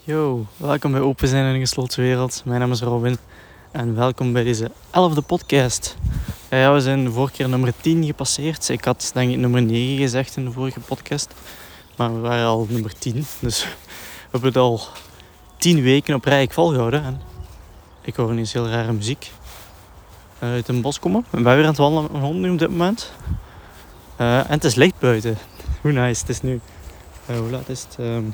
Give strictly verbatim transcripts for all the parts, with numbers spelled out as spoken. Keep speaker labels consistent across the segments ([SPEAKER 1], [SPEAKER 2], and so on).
[SPEAKER 1] Yo, welkom bij Open Zijn in een Gesloten Wereld. Mijn naam is Robin en welkom bij deze elfde podcast. Ja, we zijn de vorige keer nummer tien gepasseerd. Ik had denk ik nummer negen gezegd in de vorige podcast, maar we waren al nummer tien. Dus we hebben het al tien weken op rij volgehouden. En ik hoor ineens heel rare muziek uit een bos komen. Ik ben weer aan het wandelen met mijn hond nu op dit moment. Uh, en het is licht buiten. Hoe nice, het is nu... Uh, hoe laat is het? Um,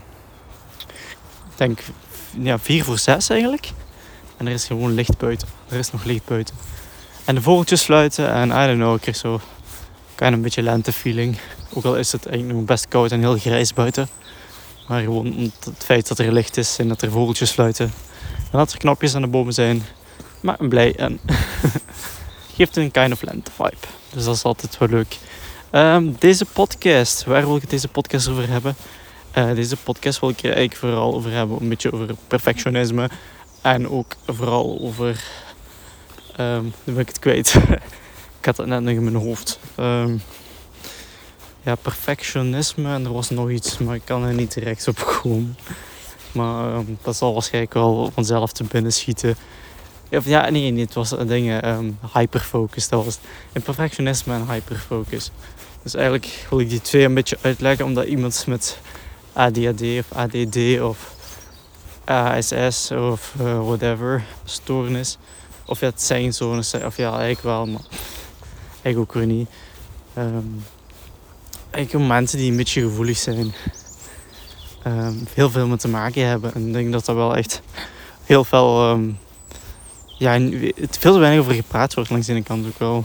[SPEAKER 1] ik denk ja, vier voor zes eigenlijk. En er is gewoon licht buiten. Er is nog licht buiten. En de vogeltjes fluiten en I don't know, ik krijg zo kind een beetje lentefeeling. Ook al is het eigenlijk nog best koud en heel grijs buiten. Maar gewoon het feit dat er licht is en dat er vogeltjes fluiten. En dat er knopjes aan de bomen zijn. Maakt me blij en geeft een kind of lente vibe. Dus dat is altijd wel leuk. Um, deze podcast, waar wil ik het deze podcast over hebben? Uh, deze podcast wil ik er eigenlijk vooral over hebben. Een beetje over perfectionisme. En ook vooral over... Um, nu ben ik het kwijt. Ik had het net nog in mijn hoofd. Um, ja, perfectionisme en er was nog iets, maar ik kan er niet direct op komen. Maar um, dat zal waarschijnlijk wel vanzelf te binnen schieten. Of, ja, nee, nee, het was dingen. Um, hyperfocus, dat was het. Perfectionisme en hyperfocus. Dus eigenlijk wil ik die twee een beetje uitleggen, omdat iemand met A D H D of A D D of A S S of uh, whatever, stoornis. Of ja, het zijn zo'n, of ja, eigenlijk wel, maar eigenlijk ook weer niet. Um, eigenlijk mensen die een beetje gevoelig zijn. Um, heel veel met te maken hebben. En ik denk dat dat wel echt heel veel, um, ja, het veel te weinig over gepraat wordt langs de ene kant ook wel.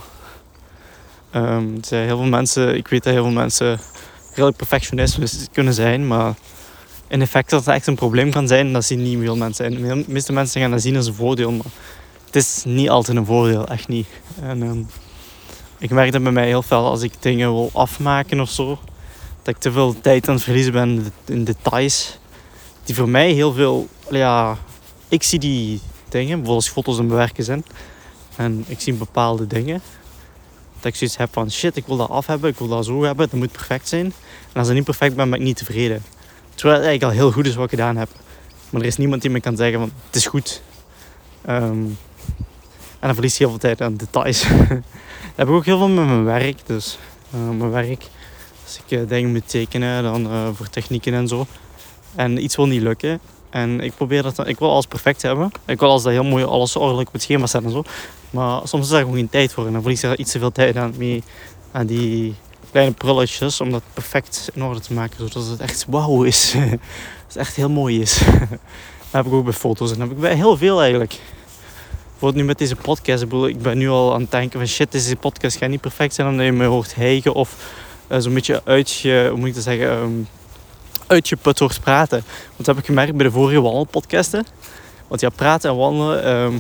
[SPEAKER 1] Um, er zijn heel veel mensen, ik weet dat heel veel mensen redelijk perfectionistisch kunnen zijn, maar in effect dat het echt een probleem kan zijn, dat zien niet veel mensen. En de meeste mensen gaan dat zien als een voordeel, maar het is niet altijd een voordeel, echt niet. En, um, ik merk dat bij mij heel veel als ik dingen wil afmaken of zo, dat ik te veel tijd aan het verliezen ben in details, die voor mij heel veel, ja, ik zie die dingen, bijvoorbeeld als foto's en bewerken zijn, en ik zie bepaalde dingen, dat ik zoiets heb van shit, ik wil dat af hebben, ik wil dat zo hebben, dat moet perfect zijn. En als dat niet perfect ben, ben ik niet tevreden. Terwijl het eigenlijk al heel goed is wat ik gedaan heb. Maar er is niemand die me kan zeggen van het is goed. Um, en dan verlies je heel veel tijd aan details. Dat heb ik ook heel veel met mijn werk. Dus uh, mijn werk, als ik uh, dingen moet tekenen, dan uh, voor technieken en zo. En iets wil niet lukken. En ik probeer dat dan, ik wil alles perfect hebben. Ik wil alles dat heel mooi, alles ordelijk op het schema staat en zo. Maar soms is daar gewoon geen tijd voor. En dan verlies je er iets te veel tijd aan mee. Aan die kleine prulletjes. Om dat perfect in orde te maken. Zodat het echt wauw is. Dat het echt heel mooi is. Dat heb ik ook bij foto's. En dat heb ik bij heel veel eigenlijk. Bijvoorbeeld nu met deze podcast. Ik, bedoel, ik ben nu al aan het denken van shit, deze podcast gaat niet perfect zijn. Omdat je me hoort hijgen. Of uh, zo'n beetje uitge... Hoe moet ik dat zeggen... Um, uitgeput hoort praten. Want dat heb ik gemerkt bij de vorige wandelpodcasten. Want ja, praten en wandelen um,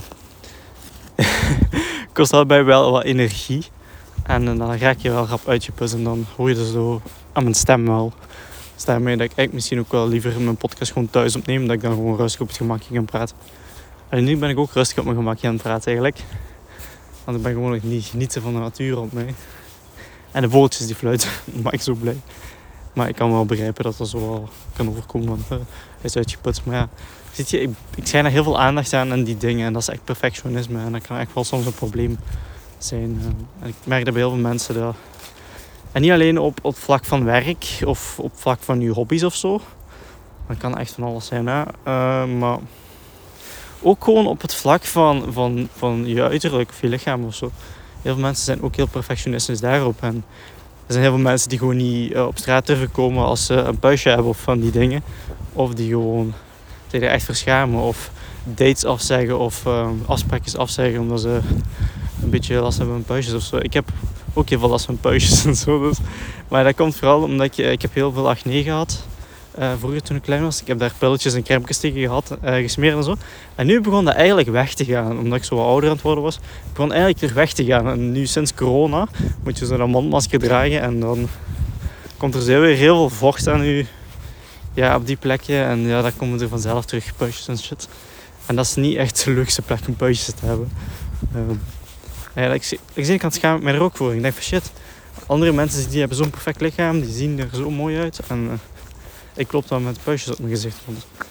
[SPEAKER 1] kost allebei wel wat energie. En, en dan raak je wel rap uitgeput. En dan hoor je dus zo aan mijn stem wel. Dus daarmee dat ik eigenlijk misschien ook wel liever mijn podcast gewoon thuis opneem. Dat ik dan gewoon rustig op het gemakje kan praten. En nu ben ik ook rustig op mijn gemakje aan het praten eigenlijk. Want ik ben gewoon nog niet genieten van de natuur rond mij. En de vogeltjes die fluiten. Dat maakt ik zo blij. Maar ik kan wel begrijpen dat dat zo wel kan overkomen, want uh, hij is uitgeput. Maar ja, ziet je, ik, ik schijn er heel veel aandacht aan aan die dingen. En dat is echt perfectionisme. En dat kan echt wel soms een probleem zijn. Uh, en ik merk dat bij heel veel mensen dat... En niet alleen op, op het vlak van werk of op het vlak van je hobby's of zo. Dat kan echt van alles zijn, hè. Uh, maar ook gewoon op het vlak van, van, van je uiterlijk of je lichaam of zo. Heel veel mensen zijn ook heel perfectionistisch daarop. En er zijn heel veel mensen die gewoon niet uh, op straat durven komen als ze een puistje hebben of van die dingen. Of die gewoon zich er echt verschamen. Of dates afzeggen of uh, afspraakjes afzeggen omdat ze een beetje last hebben van puistjes of zo. Ik heb ook heel veel last van puistjes en zo. Dus. Maar dat komt vooral omdat ik, ik heb heel veel acne gehad. Uh, vroeger toen ik klein was. Ik heb daar pilletjes en crèmes tegen gehad, uh, gesmeerd en zo. En nu begon dat eigenlijk weg te gaan. Omdat ik zo wat ouder aan het worden was. Begon eigenlijk terug weg te gaan. En nu sinds corona moet je zo'n mondmasker dragen. En dan komt er zo weer heel veel vocht aan je. Ja, op die plekje. En ja, dan komen er vanzelf terug puistjes en shit. En dat is niet echt de leukste plek om puistjes te hebben. Uh, ja, ik, ik, ik, ik kan het schaam ik mij er ook voor. Ik denk van shit. Andere mensen die hebben zo'n perfect lichaam. Die zien er zo mooi uit. En... Uh, Ik loop dan met puistjes op mijn gezicht rond.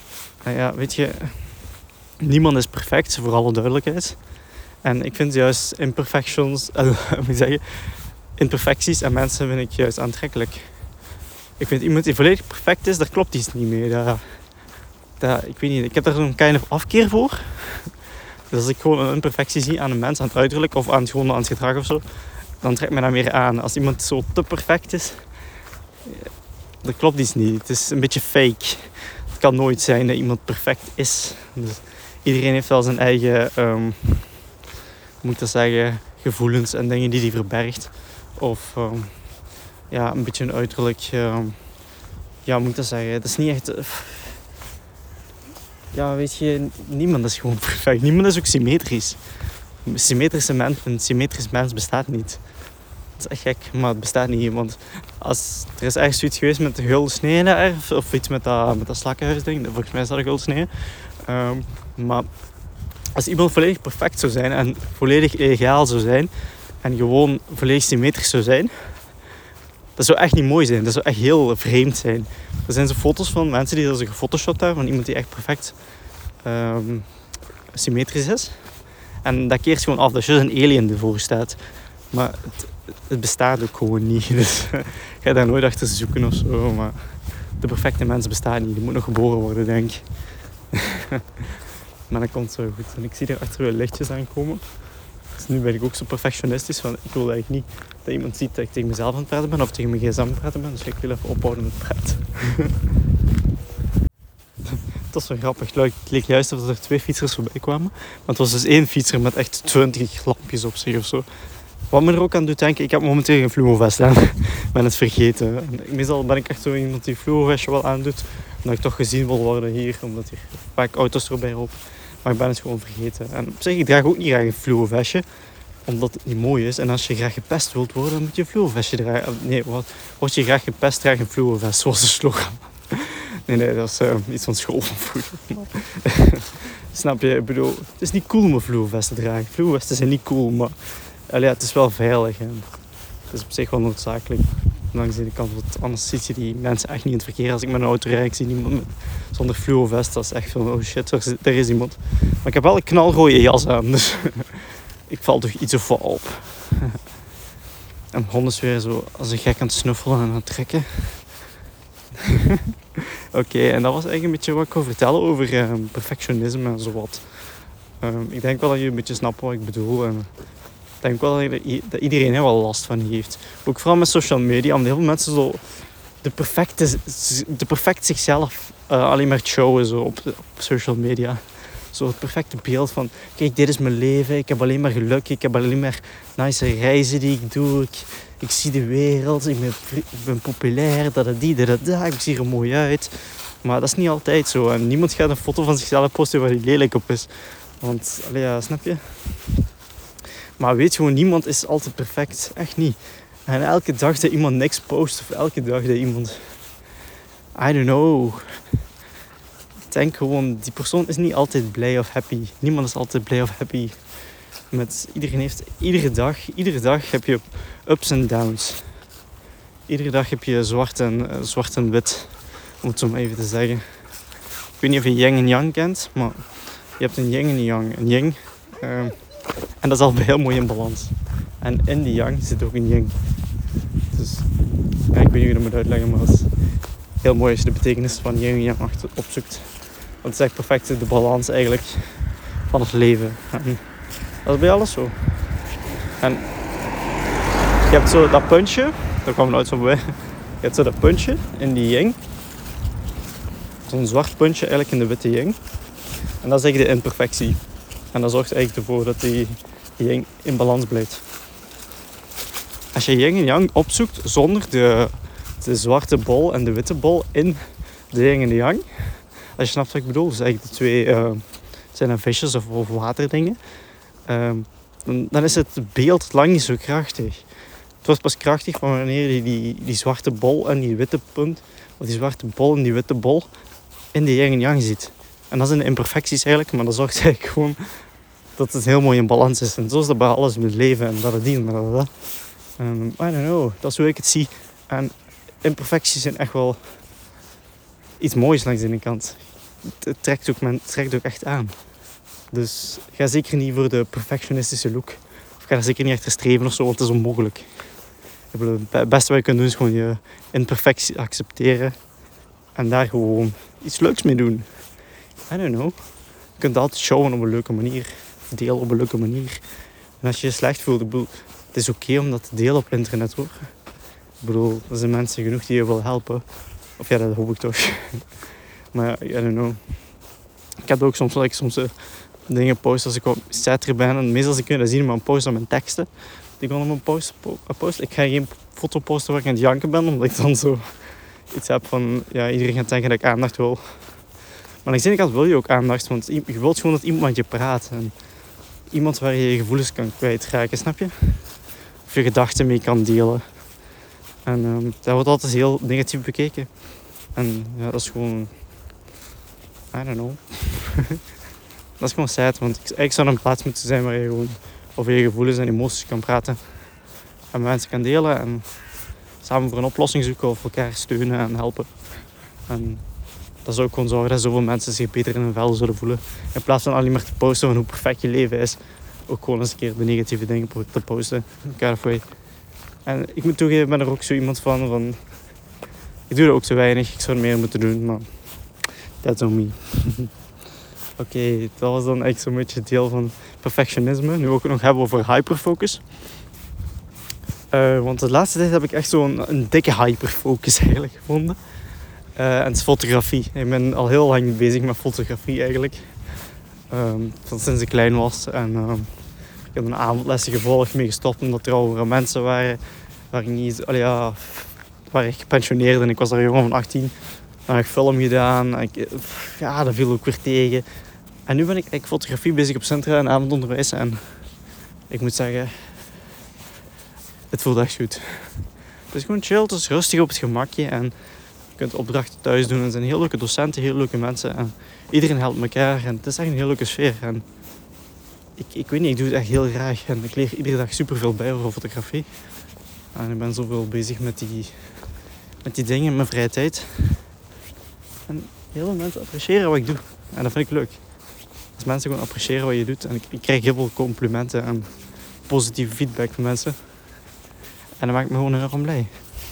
[SPEAKER 1] Nou ja, weet je, niemand is perfect, voor alle duidelijkheid. En ik vind juist imperfections, uh, moet ik zeggen, imperfecties en mensen vind ik juist aantrekkelijk. Ik vind iemand die volledig perfect is, daar klopt iets niet mee. Dat, dat, ik weet niet, ik heb daar zo'n kind of afkeer voor. Dus als ik gewoon een imperfectie zie aan een mens, aan het uiterlijk of aan het, gewoon aan het gedrag of zo, dan trekt me dat meer aan. Als iemand zo te perfect is, dat klopt iets niet. Het is een beetje fake. Het kan nooit zijn dat iemand perfect is. Dus iedereen heeft wel zijn eigen, um, hoe moet ik dat zeggen, gevoelens en dingen die hij verbergt. Of um, ja, een beetje een uiterlijk, um, ja, hoe moet ik dat zeggen. Het is niet echt... Uh, ja, weet je, niemand is gewoon perfect. Niemand is ook symmetrisch. Een symmetrische mens, een symmetrisch mens bestaat niet. Dat is echt gek, maar het bestaat niet. Want als, er is ergens zoiets geweest met de gulden snee in de erf, of iets met dat, met dat slakkenhuisding. Volgens mij is dat de gulden snee. Um, maar als iemand volledig perfect zou zijn en volledig egaal zou zijn en gewoon volledig symmetrisch zou zijn, dat zou echt niet mooi zijn. Dat zou echt heel vreemd zijn. Er zijn zo foto's van mensen die er zo gefotoshopt hebben van iemand die echt perfect um, symmetrisch is. En dat keert gewoon af. Dat je een alien ervoor staat. Maar het, het bestaat ook gewoon niet. Dus ga je daar nooit achter zoeken of zo. Maar de perfecte mens bestaat niet. Die moet nog geboren worden, denk ik. Maar dat komt zo goed. En ik zie er achter wel lichtjes aankomen. Dus nu ben ik ook zo perfectionistisch. Want ik wil eigenlijk niet dat iemand ziet dat ik tegen mezelf aan het praten ben. Of tegen mijn gsm aan het praten ben. Dus ik wil even ophouden met praten. Dat is wel grappig. Het leek juist alsof er twee fietsers voorbij kwamen. Maar het was dus één fietser met echt twintig lampjes op zich of zo. Wat me er ook aan doet denken, ik heb momenteel geen fluovest aan. Ik ben het vergeten. Meestal ben ik echt zo iemand die fluovestje wel aandoet. Omdat ik toch gezien wil worden hier. Omdat hier vaak auto's erbij lopen. Maar ik ben het gewoon vergeten. En op zich, ik draag ook niet graag een fluovestje. Omdat het niet mooi is. En als je graag gepest wilt worden, dan moet je een fluovestje dragen. Nee, wat? Word je graag gepest, draag een fluovest. Zoals de slogan. Nee, nee, dat is uh, iets van school van vroeger. Snap je? Ik bedoel, het is niet cool om een fluovest te dragen. Fluovesten zijn niet cool, maar allee, het is wel veilig. En het is op zich wel noodzakelijk. Langs de kant, want anders ziet je die mensen echt niet in het verkeer. Als ik met een auto rijd, ik zie niemand met, zonder fluovest. Dat is echt van, oh shit, daar is, daar is iemand. Maar ik heb wel een knalrode jas aan, dus ik val toch iets of wat op. En de hond is weer zo als een gek aan het snuffelen en aan het trekken. Oké, okay, en dat was eigenlijk een beetje wat ik wil vertellen over uh, perfectionisme en zo wat. Um, ik denk wel dat je een beetje snapt wat ik bedoel. En ik denk wel dat, dat iedereen er wel last van heeft. Ook vooral met social media, omdat heel veel mensen zo de perfecte, de perfect zichzelf uh, alleen maar showen zo op, op social media. Zo het perfecte beeld van, kijk, dit is mijn leven, ik heb alleen maar geluk, ik heb alleen maar nice reizen die ik doe, ik, ik zie de wereld, ik ben, ik ben populair, dat dat die, dat dat dat, ik zie er mooi uit. Maar dat is niet altijd zo en niemand gaat een foto van zichzelf posten waar hij lelijk op is. Want, allee, ja, snap je? Maar weet gewoon, niemand is altijd perfect, echt niet. En elke dag dat iemand niks post, of elke dag dat iemand, I don't know... Ik denk gewoon, die persoon is niet altijd blij of happy. Niemand is altijd blij of happy. Met, iedereen heeft, iedere dag, iedere dag heb je ups en downs. Iedere dag heb je zwart en, uh, zwart en wit. Om het zo maar even te zeggen. Ik weet niet of je yin en yang kent. Maar je hebt een yin en een yang. Een yin. Uh, en dat is altijd heel mooi in balans. En in die yang zit ook een yin. Dus ja, ik weet niet hoe je dat moet uitleggen. Maar het is heel mooi als je de betekenis van yin en yang opzoekt. Want het is echt perfect de balans eigenlijk van het leven. En dat is bij alles zo. En je hebt zo dat puntje, daar kwam nooit zo bij. Je hebt zo dat puntje in die yin. Zo'n zwart puntje eigenlijk in de witte yin. En dat is eigenlijk de imperfectie. En dat zorgt eigenlijk ervoor dat die yin in balans blijft. Als je yin en yang opzoekt zonder de, de zwarte bol en de witte bol in de yin en de yang. Als je snapt wat ik bedoel, dus eigenlijk de twee uh, zijn dan visjes of, of waterdingen. Uh, dan, dan is het beeld lang niet zo krachtig. Het wordt pas krachtig wanneer je die, die zwarte bol en die witte punt, of die zwarte bol en die witte bol in de yin en yang ziet. En dat zijn de imperfecties eigenlijk, maar dat zorgt eigenlijk gewoon dat het heel mooi in balans is. En zo is dat bij alles in het leven en dat het dient, maar dat dat. Um, I don't know, dat is hoe ik het zie. En imperfecties zijn echt wel iets moois langs de ene kant. het trekt ook, men, het trekt ook echt aan. Dus ga zeker niet voor de perfectionistische look. Of ga er zeker niet achter streven of zo, want het is onmogelijk. Ik bedoel, het beste wat je kunt doen is gewoon je imperfectie accepteren. En daar gewoon iets leuks mee doen. I don't know. Je kunt altijd showen op een leuke manier. Delen op een leuke manier. En als je je slecht voelt, ik bedoel, het is oké okay om dat te delen op internet hoor. Ik bedoel, er zijn mensen genoeg die je willen helpen. Of ja, dat hoop ik toch. Maar I don't know. Ik heb ook soms, like, soms uh, dingen posten als ik op setter ben. En meestal als ik kun je dat zien, maar een post aan mijn teksten. Die ik op mijn post, post. Ik ga geen foto posten waar ik aan het janken ben. Omdat ik dan zo iets heb van, ja, iedereen gaat denken dat ik aandacht wil. Maar aan de ene kant wil je ook aandacht. Want je wilt gewoon dat iemand met je praat. En iemand waar je je gevoelens kan kwijtraken, snap je? Of je gedachten mee kan delen. En um, dat wordt altijd heel negatief bekeken. En ja, dat is gewoon... I don't know. Dat is gewoon sad, want ik, ik zou een plaats moeten zijn waar je gewoon over je gevoelens en emoties kan praten. En met mensen kan delen en samen voor een oplossing zoeken of elkaar steunen en helpen. En dat zou ook gewoon zorgen dat zoveel mensen zich beter in hun vel zullen voelen. In plaats van alleen maar te posten van hoe perfect je leven is. Ook gewoon eens een keer de negatieve dingen te posten. Kind of way. En ik moet toegeven, ik ben er ook zo iemand van, van... Ik doe er ook zo weinig, ik zou er meer moeten doen, maar... That's on me. Oké, okay, dat was dan echt zo'n beetje het deel van perfectionisme. Nu wil ik het nog hebben over hyperfocus. Uh, want de laatste tijd heb ik echt zo'n een dikke hyperfocus eigenlijk gevonden. Uh, en het is fotografie. Ik ben al heel lang bezig met fotografie eigenlijk. Um, van sinds ik klein was. En uh, ik heb een avondlessen gevolgd, mee gestopt omdat er al mensen waren waar ik niet... Allee, ja, waar ik gepensioneerd en ik was daar jongen van achttien. Dan heb ik film gedaan. Ik, ja, dat viel ook weer tegen. En nu ben ik eigenlijk fotografie bezig op Centra en avondonderwijs. En ik moet zeggen, het voelt echt goed. Het is gewoon chill, het is rustig op het gemakje. En je kunt opdrachten thuis doen. En er zijn heel leuke docenten, heel leuke mensen. En iedereen helpt elkaar. En het is echt een heel leuke sfeer. En ik, ik weet niet, ik doe het echt heel graag. En ik leer iedere dag superveel bij over fotografie. En ik ben zoveel bezig met die, met die dingen in mijn vrije tijd. En heel veel mensen appreciëren wat ik doe. En dat vind ik leuk. Als mensen gewoon appreciëren wat je doet. En ik, ik krijg heel veel complimenten en positieve feedback van mensen. En dat maakt me gewoon enorm blij.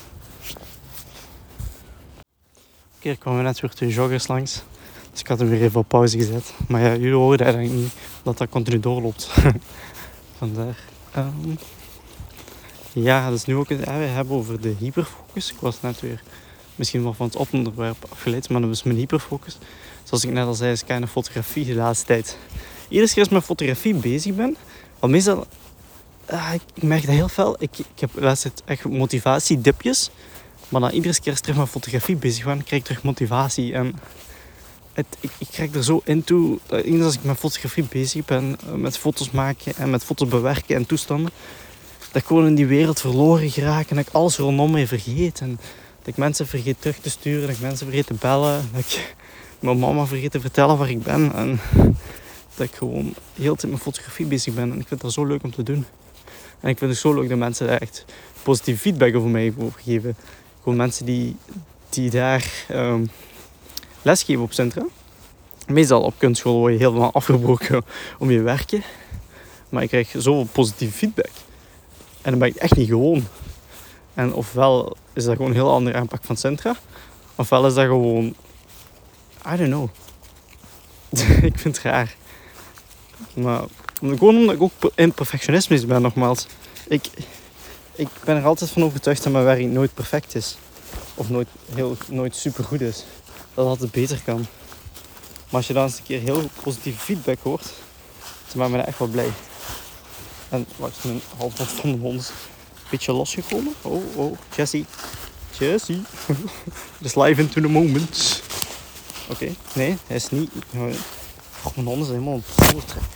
[SPEAKER 1] Een keer kwamen we net weer twee joggers langs. Dus ik had hem weer even op pauze gezet. Maar ja, jullie horen dat eigenlijk niet. Dat dat continu doorloopt. Vandaar. Um, ja, dus nu ook het hebben over de hyperfocus. Ik was net weer... Misschien wel van het onderwerp afgeleid, maar dat was mijn hyperfocus. Zoals ik net al zei, is kind of fotografie de laatste tijd. Iedere keer als ik met fotografie bezig ben, al meestal, uh, ik merk dat heel fel. Ik, ik heb de laatste tijd echt motivatiedipjes. Maar dan iedere keer als ik terug met fotografie bezig ben, krijg ik terug motivatie. En het, ik, ik krijg er zo into, dat als ik met fotografie bezig ben, met foto's maken en met foto's bewerken en toestanden, dat ik gewoon in die wereld verloren geraak en dat ik alles rondom me vergeet. En dat ik mensen vergeet terug te sturen, dat ik mensen vergeet te bellen, dat ik mijn mama vergeet te vertellen waar ik ben. En dat ik gewoon de hele tijd met fotografie bezig ben. En ik vind dat zo leuk om te doen. En ik vind het zo leuk dat mensen daar echt positieve feedback over mij geven. Gewoon mensen die, die daar um, lesgeven op Centra. Meestal op kunstschool word je helemaal afgebroken om je werken. Maar ik krijg zoveel positieve feedback. En dan ben ik echt niet gewoon. En ofwel is dat gewoon een heel andere aanpak van Centra. Ofwel is dat gewoon... I don't know. Ik vind het raar. Maar gewoon omdat ik ook imperfectionistisch ben, nogmaals. Ik, ik ben er altijd van overtuigd dat mijn werk nooit perfect is. Of nooit, heel, nooit supergoed is. Dat het altijd beter kan. Maar als je dan eens een keer heel positieve feedback hoort, dan maakt me dat echt wel blij. En wacht, mijn halfband van de hond is een beetje losgekomen. Oh, oh, Jessie. Jessie. Just live into the moment. Oké, okay. Nee, hij is niet... Oh, mijn hond is helemaal aan het doortrekken.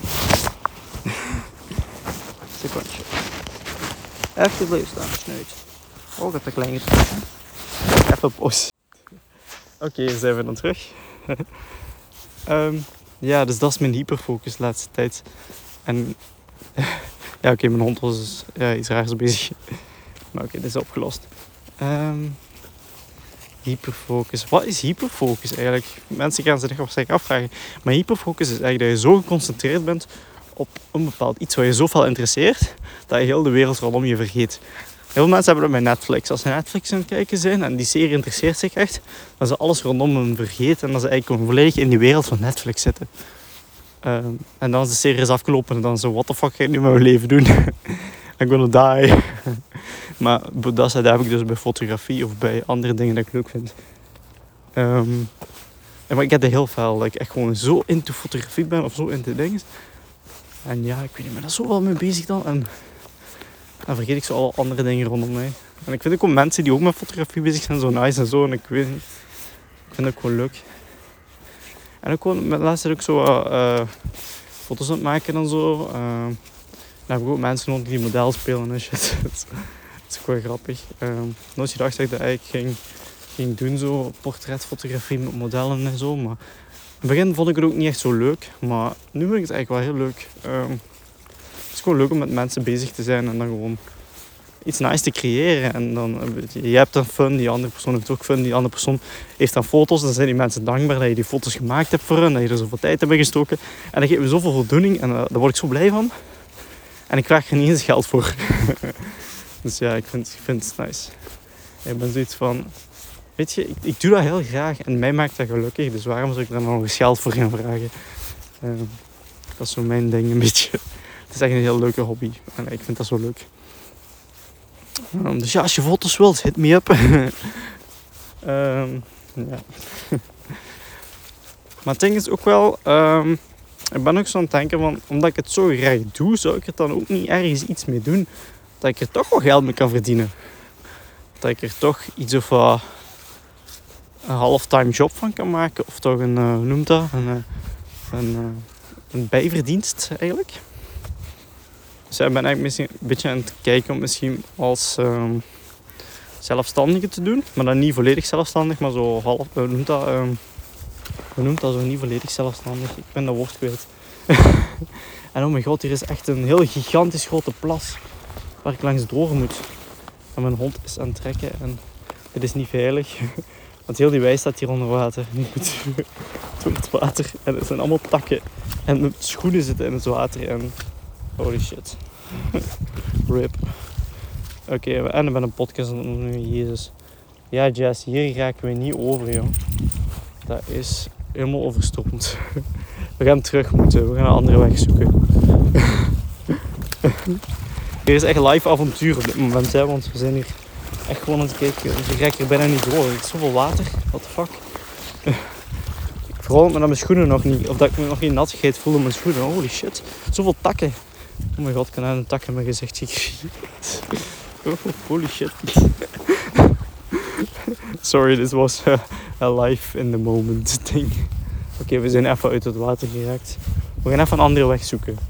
[SPEAKER 1] Secondje. Even blijven staan, snuit. Oh, ik heb een klein getrokken. Even pauze. Oké, okay, zijn we dan terug. um, ja, dus dat is mijn hyperfocus de laatste tijd. En... ja, oké, okay, mijn hond was dus, ja, iets raars bezig. Maar oké, okay, dit is opgelost. Um, Hyperfocus. Wat is hyperfocus eigenlijk? Mensen gaan zich waarschijnlijk afvragen. Maar hyperfocus is eigenlijk dat je zo geconcentreerd bent op een bepaald iets wat je zoveel interesseert, dat je heel de wereld rondom je vergeet. Heel veel mensen hebben dat bij Netflix. Als ze Netflix aan het kijken zijn en die serie interesseert zich echt, dan ze alles rondom hem vergeten en dat ze eigenlijk volledig in die wereld van Netflix zitten. Um, en dan is de serie is afgelopen en dan zo, what the fuck ga ik nu met mijn leven doen? I'm gonna die. Maar dat heb ik dus bij fotografie of bij andere dingen dat ik leuk vind. Um, en maar ik heb dat heel veel, dat ik echt gewoon zo into fotografie ben of zo into dingen. En ja, ik weet niet, ik ben daar zo wel mee bezig dan. En dan vergeet ik zo alle andere dingen rondom mij. En ik vind ook wel mensen die ook met fotografie bezig zijn zo nice en zo. En ik weet niet, ik vind dat ook gewoon leuk. En ook gewoon, met laatst ook zo uh, foto's aan het maken en zo. Uh, dan heb ik ook mensen nodig die model spelen en shit. Dat is ook wel grappig. Uh, nooit gedacht dat ik dat eigenlijk ging, ging doen, zo portretfotografie met modellen en zo. Maar in het begin vond ik het ook niet echt zo leuk. Maar nu vind ik het eigenlijk wel heel leuk. Uh, het is gewoon leuk om met mensen bezig te zijn en dan gewoon iets nice te creëren. En dan, je hebt dan fun, die andere persoon heeft ook fun, die andere persoon heeft dan foto's. Dan zijn die mensen dankbaar dat je die foto's gemaakt hebt voor hen, dat je er zoveel tijd hebt gestoken. En dat geeft me zoveel voldoening en uh, daar word ik zo blij van. En ik vraag er niet eens geld voor. Dus ja, ik vind, ik vind het nice. Ik ben zoiets van, weet je, ik, ik doe dat heel graag en mij maakt dat gelukkig. Dus waarom zou ik daar nog eens geld voor gaan vragen? Uh, dat is zo mijn ding een beetje. Het is echt een heel leuke hobby en ik vind dat zo leuk. Um, dus ja, als je foto's wilt, hit me up. um, ja. Maar het ding is ook wel, um, ik ben ook zo aan het denken van, omdat ik het zo graag doe, zou ik er dan ook niet ergens iets mee doen, dat ik er toch wel geld mee kan verdienen. Dat ik er toch iets of uh, een halftime job van kan maken, of toch een, uh, hoe noemt dat, een, uh, een, uh, een bijverdienst eigenlijk. Dus ik ben eigenlijk misschien een beetje aan het kijken om misschien als um, zelfstandige te doen. Maar dan niet volledig zelfstandig, maar zo half... Hoe noemt dat? Um, hoe noemt dat zo? Niet volledig zelfstandig. Ik ben dat woord kwijt. En oh mijn god, hier is echt een heel gigantisch grote plas waar ik langs door moet. En mijn hond is aan het trekken en dit is niet veilig. Want heel die wei staat hier onder water. En ik moet door het water. En het zijn allemaal takken. En mijn schoenen zitten in het water. En holy shit. Rip. Oké, okay, en ik ben een podcast aan het opnemen. Jezus. Ja, Jess, hier raken we niet over, joh. Dat is helemaal overstroomd. We gaan terug moeten. We gaan een andere weg zoeken. Hier is echt live avontuur op dit moment, hè, want we zijn hier echt gewoon aan het kijken. Dus ik raak hier bijna niet door. Er is zoveel water. What the fuck? Vooral met mijn schoenen nog niet. Of dat ik me nog geen nattigheid voel in mijn schoenen. Holy shit. Zoveel takken. Oh mijn god, ik kan een tak in mijn gezicht gekregen. Oh, holy shit. Sorry, this was a, a life in the moment thing. Oké, okay, we zijn even uit het water geraakt. We gaan even een andere weg zoeken.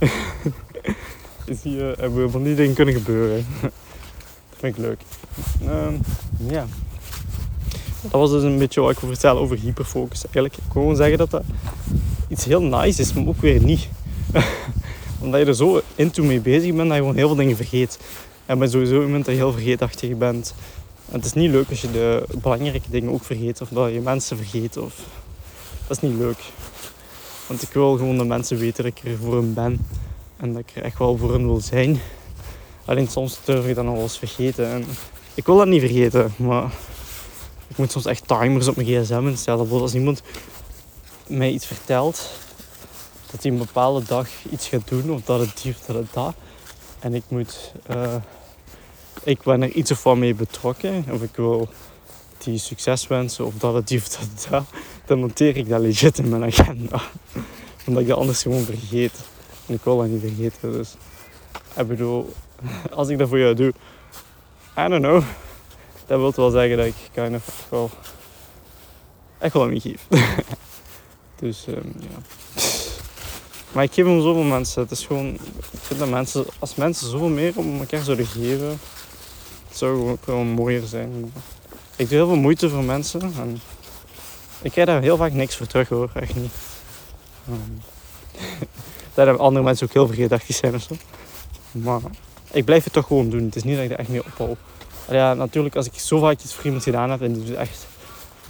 [SPEAKER 1] Zie je, hebben we van die dingen kunnen gebeuren. Dat vind ik leuk. Um, ja. Dat was dus een beetje wat ik wil vertellen over hyperfocus. Eigenlijk, ik wil gewoon zeggen dat dat iets heel nice is, maar ook weer niet. Omdat je er zo into mee bezig bent, dat je gewoon heel veel dingen vergeet. En ben sowieso iemand dat je heel vergeetachtig bent. En het is niet leuk als je de belangrijke dingen ook vergeet. Of dat je mensen vergeet. Of... Dat is niet leuk. Want ik wil gewoon dat mensen weten dat ik er voor hen ben. En dat ik er echt wel voor hen wil zijn. Alleen soms durf ik dat nog wel eens vergeten. En ik wil dat niet vergeten. Maar ik moet soms echt timers op mijn gsm instellen. Bijvoorbeeld als iemand mij iets vertelt. Dat hij een bepaalde dag iets gaat doen. Of dat het die of dat het dat. En ik moet... Uh, ik ben er iets of wat mee betrokken. Of ik wil die succes wensen. Of dat het die of dat het dat. Dan noteer ik dat legit in mijn agenda. Omdat ik dat anders gewoon vergeet. En ik wil dat niet vergeten. Dus ik bedoel... Als ik dat voor jou doe... I don't know. Dat wil wel zeggen dat ik kind of echt wel... Echt wel aan me geef. Dus um, ja... Maar ik geef hem zoveel mensen. Het is gewoon... Ik vind dat mensen... Als mensen zoveel meer om elkaar zouden geven... Het zou gewoon ook wel mooier zijn. Ik doe heel veel moeite voor mensen. En ik krijg daar heel vaak niks voor terug, hoor. Echt niet. Um, dat hebben andere mensen ook heel vergeetachtig zijn of zo. Maar ik blijf het toch gewoon doen. Het is niet dat ik er echt mee ophoud. Ja, natuurlijk, als ik zo vaak iets voor iemand gedaan heb... En die doet echt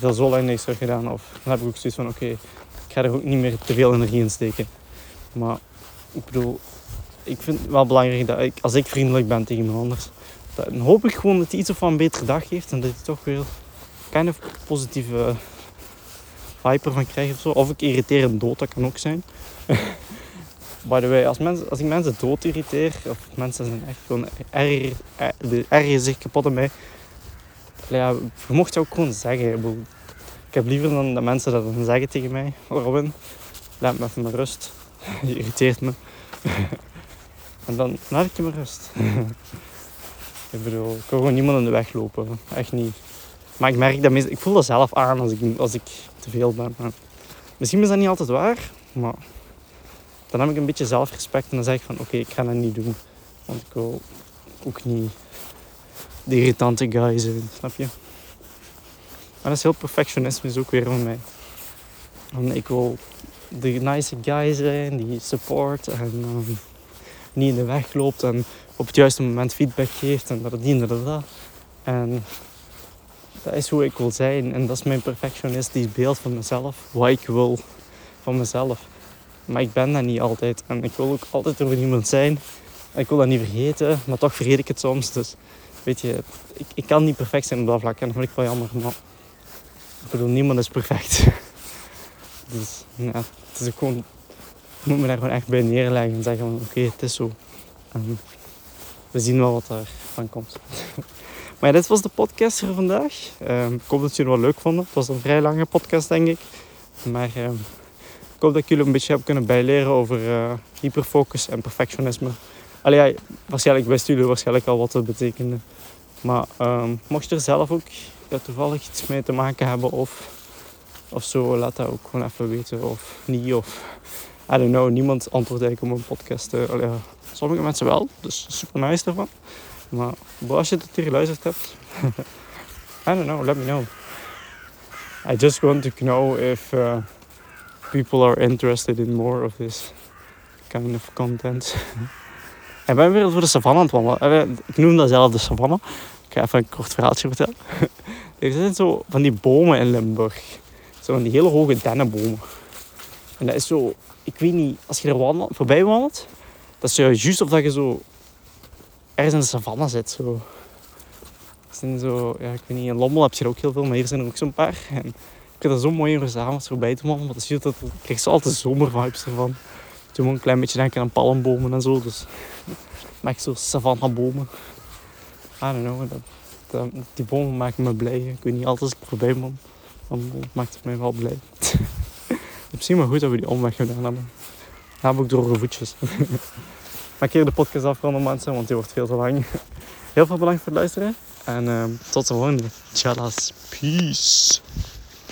[SPEAKER 1] heb dat zo lang niks terug gedaan. Of dan heb ik ook zoiets van, oké, okay, ik ga er ook niet meer te veel energie in steken. Maar ik bedoel, ik vind het wel belangrijk dat ik, als ik vriendelijk ben tegen iemand anders, dan hoop ik gewoon dat hij iets of wat een betere dag heeft. En dat hij toch weer kind of positieve vibe ervan krijgt of zo. Of ik irriteer hem dood, dat kan ook zijn. By the way, als, mensen, als ik mensen dood irriteer, of mensen zijn echt gewoon erger, er, erger zich kapot aan mij. Ja, je mocht het ook gewoon zeggen. Ik heb liever dan dat mensen dat dan zeggen tegen mij. Robin, laat me even met rust. Je irriteert me. En dan laat ik je maar rust. Ik bedoel, ik wil gewoon niemand in de weg lopen. Echt niet. Maar ik merk dat meestal, ik voel dat zelf aan als ik, als ik te veel ben. Misschien is dat niet altijd waar, maar dan heb ik een beetje zelfrespect en dan zeg ik van oké, okay, ik ga dat niet doen. Want ik wil ook niet de irritante guy zijn, snap je? Maar dat is heel perfectionisme is ook weer van mij. En ik wil de nice guy zijn die support en um, niet in de weg loopt en op het juiste moment feedback geeft en dat het niet en dat dat. En dat is hoe ik wil zijn en dat is mijn perfectionistisch beeld van mezelf. Wat ik wil van mezelf. Maar ik ben dat niet altijd en ik wil ook altijd er voor iemand zijn. En ik wil dat niet vergeten, maar toch vergeet ik het soms. Dus weet je, ik, ik kan niet perfect zijn op dat vlak en dat vind ik wel jammer. Maar ik bedoel, niemand is perfect. Dus ja, het is ook gewoon, ik moet me daar gewoon echt bij neerleggen en zeggen van oké, okay, het is zo. En we zien wel wat er van komt. Maar ja, dit was de podcast voor vandaag. Um, ik hoop dat jullie het wel leuk vonden. Het was een vrij lange podcast, denk ik. Maar um, ik hoop dat ik jullie een beetje hebben kunnen bijleren over uh, hyperfocus en perfectionisme. Allee, ja, waarschijnlijk wisten jullie waarschijnlijk al wat het betekende. Maar um, mocht je er zelf ook ja, toevallig iets mee te maken hebben of, of zo, laat dat ook gewoon even weten. Of niet, of I don't know. Niemand antwoordt eigenlijk op een podcast. Uh, allee, ja. Sommige mensen wel, dus super nice daarvan. Maar als je het hier geluisterd hebt, I don't know, let me know. I just want to know if uh, people are interested in more of this kind of content. Ik ben weer voor de savanne aan het wandelen. Ik noem dat zelf de savanne. Ik ga even een kort verhaaltje vertellen. Er zijn zo van die bomen in Limburg. Zo van die hele hoge dennenbomen. En dat is zo, ik weet niet, als je er wandelt, voorbij wandelt, dat is juist of dat je zo ergens in de savanne zit. Zo. Zijn zo, ja, ik weet niet, in Lommel heb je er ook heel veel, maar hier zijn er ook zo'n paar. En ik vind dat zo mooi om er s'avonds voorbij te wandelen, want dan ik krijg zo altijd zomervibes ervan. Ik doe me een klein beetje denken aan palmbomen en zo, dus maak zo savannabomen. I don't know, dat, dat, die bomen maken me blij. Ik weet niet, altijd als ik voorbij wandel, dan maakt het mij wel blij. Misschien maar goed dat we die omweg gedaan hebben. Dan heb ik droge voetjes. Maak hier de podcast afronden, mensen, want die wordt veel te lang. Heel veel bedankt voor het luisteren. En uh, tot de volgende. Tjallas. Peace.